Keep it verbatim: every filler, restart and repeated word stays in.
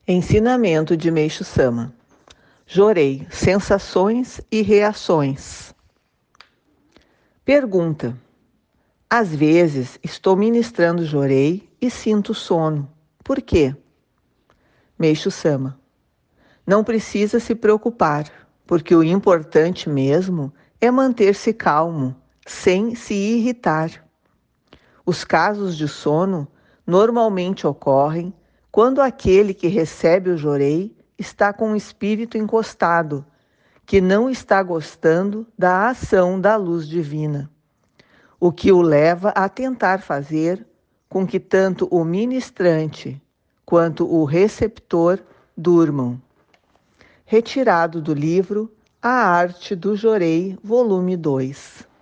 Ensinamento de Meixo Sama. Jorei, sensações e reações. Pergunta. Às vezes estou ministrando jorei e sinto sono. Por quê? Meixo Sama. Não precisa se preocupar, porque o importante mesmo é manter-se calmo, sem se irritar. Os casos de sono normalmente ocorrem quando aquele que recebe o jorei está com o espírito encostado, que não está gostando da ação da luz divina, o que o leva a tentar fazer com que tanto o ministrante quanto o receptor durmam. Retirado do livro A Arte do Jorei, volume dois.